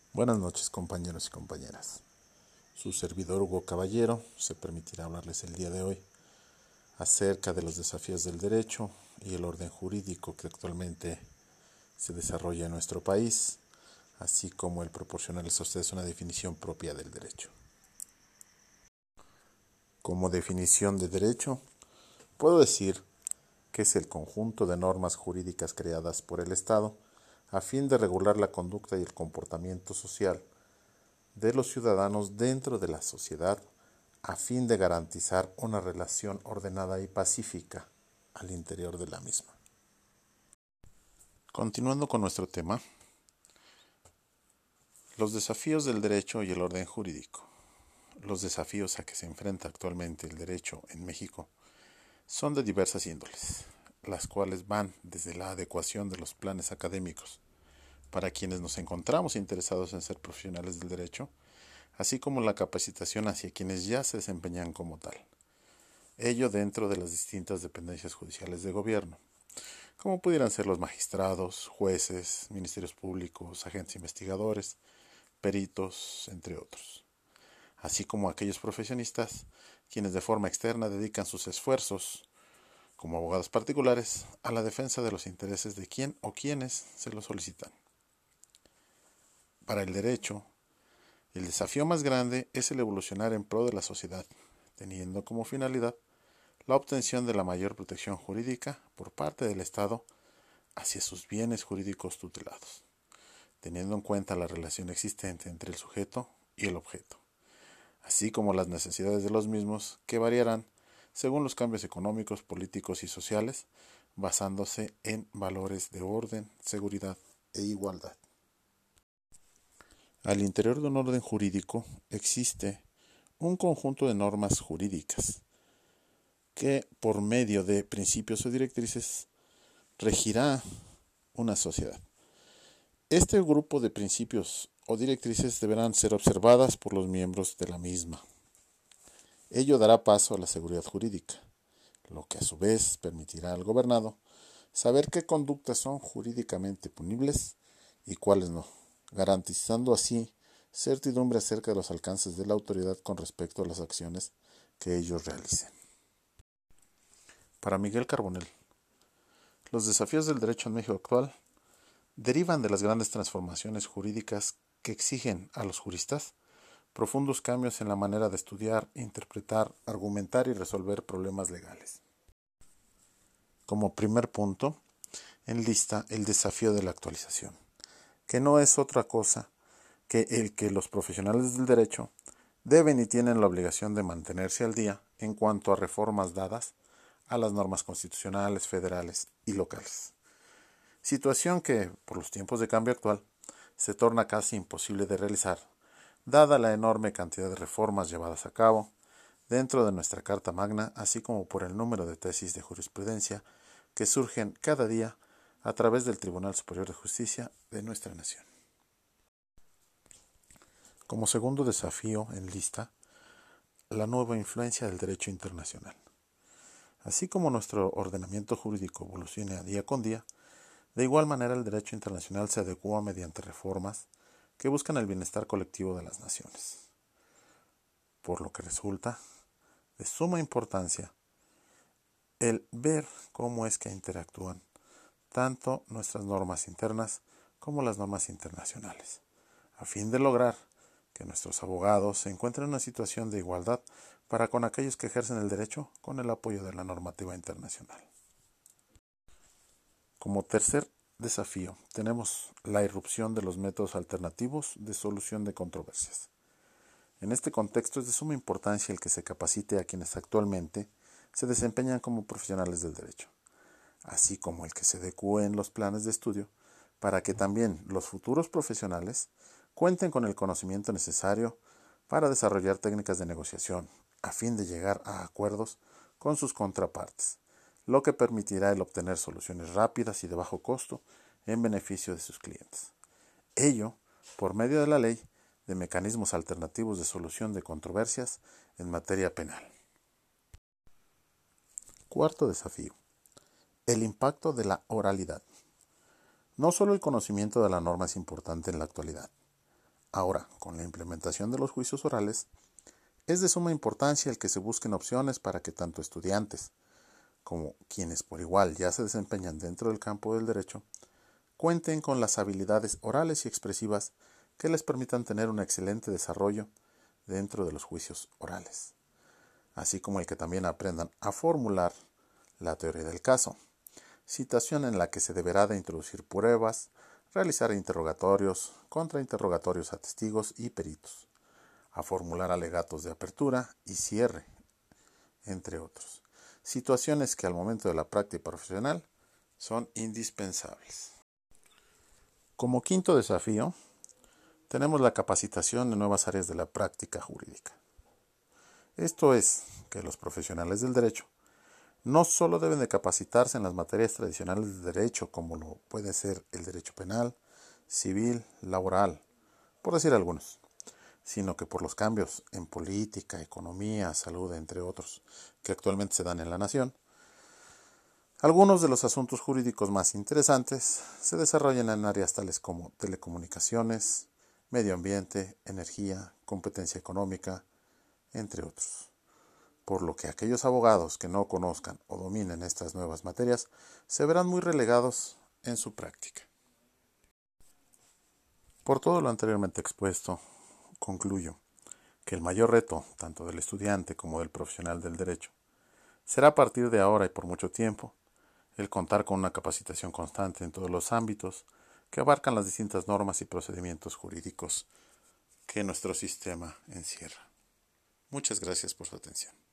Buenas noches, compañeros y compañeras. Su servidor Hugo Caballero se permitirá hablarles el día de hoy acerca de los desafíos del derecho y el orden jurídico que actualmente se desarrolla en nuestro país, así como el proporcionarles a ustedes una definición propia del derecho. Como definición de derecho, puedo decir que es el conjunto de normas jurídicas creadas por el Estado a fin de regular la conducta y el comportamiento social de los ciudadanos dentro de la sociedad a fin de garantizar una relación ordenada y pacífica al interior de la misma. Continuando con nuestro tema, los desafíos del derecho y el orden jurídico. Los desafíos a que se enfrenta actualmente el derecho en México son de diversas índoles, las cuales van desde la adecuación de los planes académicos para quienes nos encontramos interesados en ser profesionales del derecho, así como la capacitación hacia quienes ya se desempeñan como tal. Ello dentro de las distintas dependencias judiciales de gobierno, como pudieran ser los magistrados, jueces, ministerios públicos, agentes investigadores, peritos, entre otros, así como aquellos profesionistas quienes de forma externa dedican sus esfuerzos, como abogados particulares, a la defensa de los intereses de quien o quienes se lo solicitan. Para el derecho, el desafío más grande es el evolucionar en pro de la sociedad, teniendo como finalidad la obtención de la mayor protección jurídica por parte del Estado hacia sus bienes jurídicos tutelados, teniendo en cuenta la relación existente entre el sujeto y el objeto, así como las necesidades de los mismos que variarán según los cambios económicos, políticos y sociales, basándose en valores de orden, seguridad e igualdad. Al interior de un orden jurídico existe un conjunto de normas jurídicas que, por medio de principios o directrices, regirá una sociedad. Este grupo de principios o directrices deberán ser observadas por los miembros de la misma. Ello dará paso a la seguridad jurídica, lo que a su vez permitirá al gobernado saber qué conductas son jurídicamente punibles y cuáles no, garantizando así certidumbre acerca de los alcances de la autoridad con respecto a las acciones que ellos realicen. Para Miguel Carbonell, los desafíos del derecho en México actual derivan de las grandes transformaciones jurídicas que exigen a los juristas profundos cambios en la manera de estudiar, interpretar, argumentar y resolver problemas legales. Como primer punto, enlista el desafío de la actualización, que no es otra cosa que el que los profesionales del derecho deben y tienen la obligación de mantenerse al día en cuanto a reformas dadas a las normas constitucionales, federales y locales. Situación que, por los tiempos de cambio actual, se torna casi imposible de realizar, dada la enorme cantidad de reformas llevadas a cabo dentro de nuestra Carta Magna, así como por el número de tesis de jurisprudencia que surgen cada día a través del Tribunal Superior de Justicia de nuestra nación. Como segundo desafío en lista, la nueva influencia del derecho internacional. Así como nuestro ordenamiento jurídico evoluciona día con día, de igual manera el derecho internacional se adecua mediante reformas que buscan el bienestar colectivo de las naciones, por lo que resulta de suma importancia el ver cómo es que interactúan tanto nuestras normas internas como las normas internacionales, a fin de lograr que nuestros abogados se encuentren en una situación de igualdad para con aquellos que ejercen el derecho con el apoyo de la normativa internacional. Como tercer desafío, tenemos la irrupción de los métodos alternativos de solución de controversias. En este contexto es de suma importancia el que se capacite a quienes actualmente se desempeñan como profesionales del derecho, así como el que se adecúen los planes de estudio para que también los futuros profesionales cuenten con el conocimiento necesario para desarrollar técnicas de negociación a fin de llegar a acuerdos con sus contrapartes, lo que permitirá el obtener soluciones rápidas y de bajo costo en beneficio de sus clientes. Ello por medio de la ley de mecanismos alternativos de solución de controversias en materia penal. Cuarto desafío: el impacto de la oralidad. No solo el conocimiento de la norma es importante en la actualidad. Ahora, con la implementación de los juicios orales, es de suma importancia el que se busquen opciones para que tanto estudiantes como quienes por igual ya se desempeñan dentro del campo del derecho, cuenten con las habilidades orales y expresivas que les permitan tener un excelente desarrollo dentro de los juicios orales, así como el que también aprendan a formular la teoría del caso, situación en la que se deberá de introducir pruebas, realizar interrogatorios, contrainterrogatorios a testigos y peritos, a formular alegatos de apertura y cierre, entre otros. Situaciones que al momento de la práctica profesional son indispensables. Como quinto desafío, tenemos la capacitación en nuevas áreas de la práctica jurídica. Esto es, que los profesionales del derecho no solo deben de capacitarse en las materias tradicionales de derecho, como lo puede ser el derecho penal, civil, laboral, por decir algunos, sino que por los cambios en política, economía, salud, entre otros, que actualmente se dan en la nación, algunos de los asuntos jurídicos más interesantes se desarrollan en áreas tales como telecomunicaciones, medio ambiente, energía, competencia económica, entre otros. Por lo que aquellos abogados que no conozcan o dominen estas nuevas materias se verán muy relegados en su práctica. Por todo lo anteriormente expuesto, concluyo que el mayor reto, tanto del estudiante como del profesional del derecho, será a partir de ahora y por mucho tiempo, el contar con una capacitación constante en todos los ámbitos que abarcan las distintas normas y procedimientos jurídicos que nuestro sistema encierra. Muchas gracias por su atención.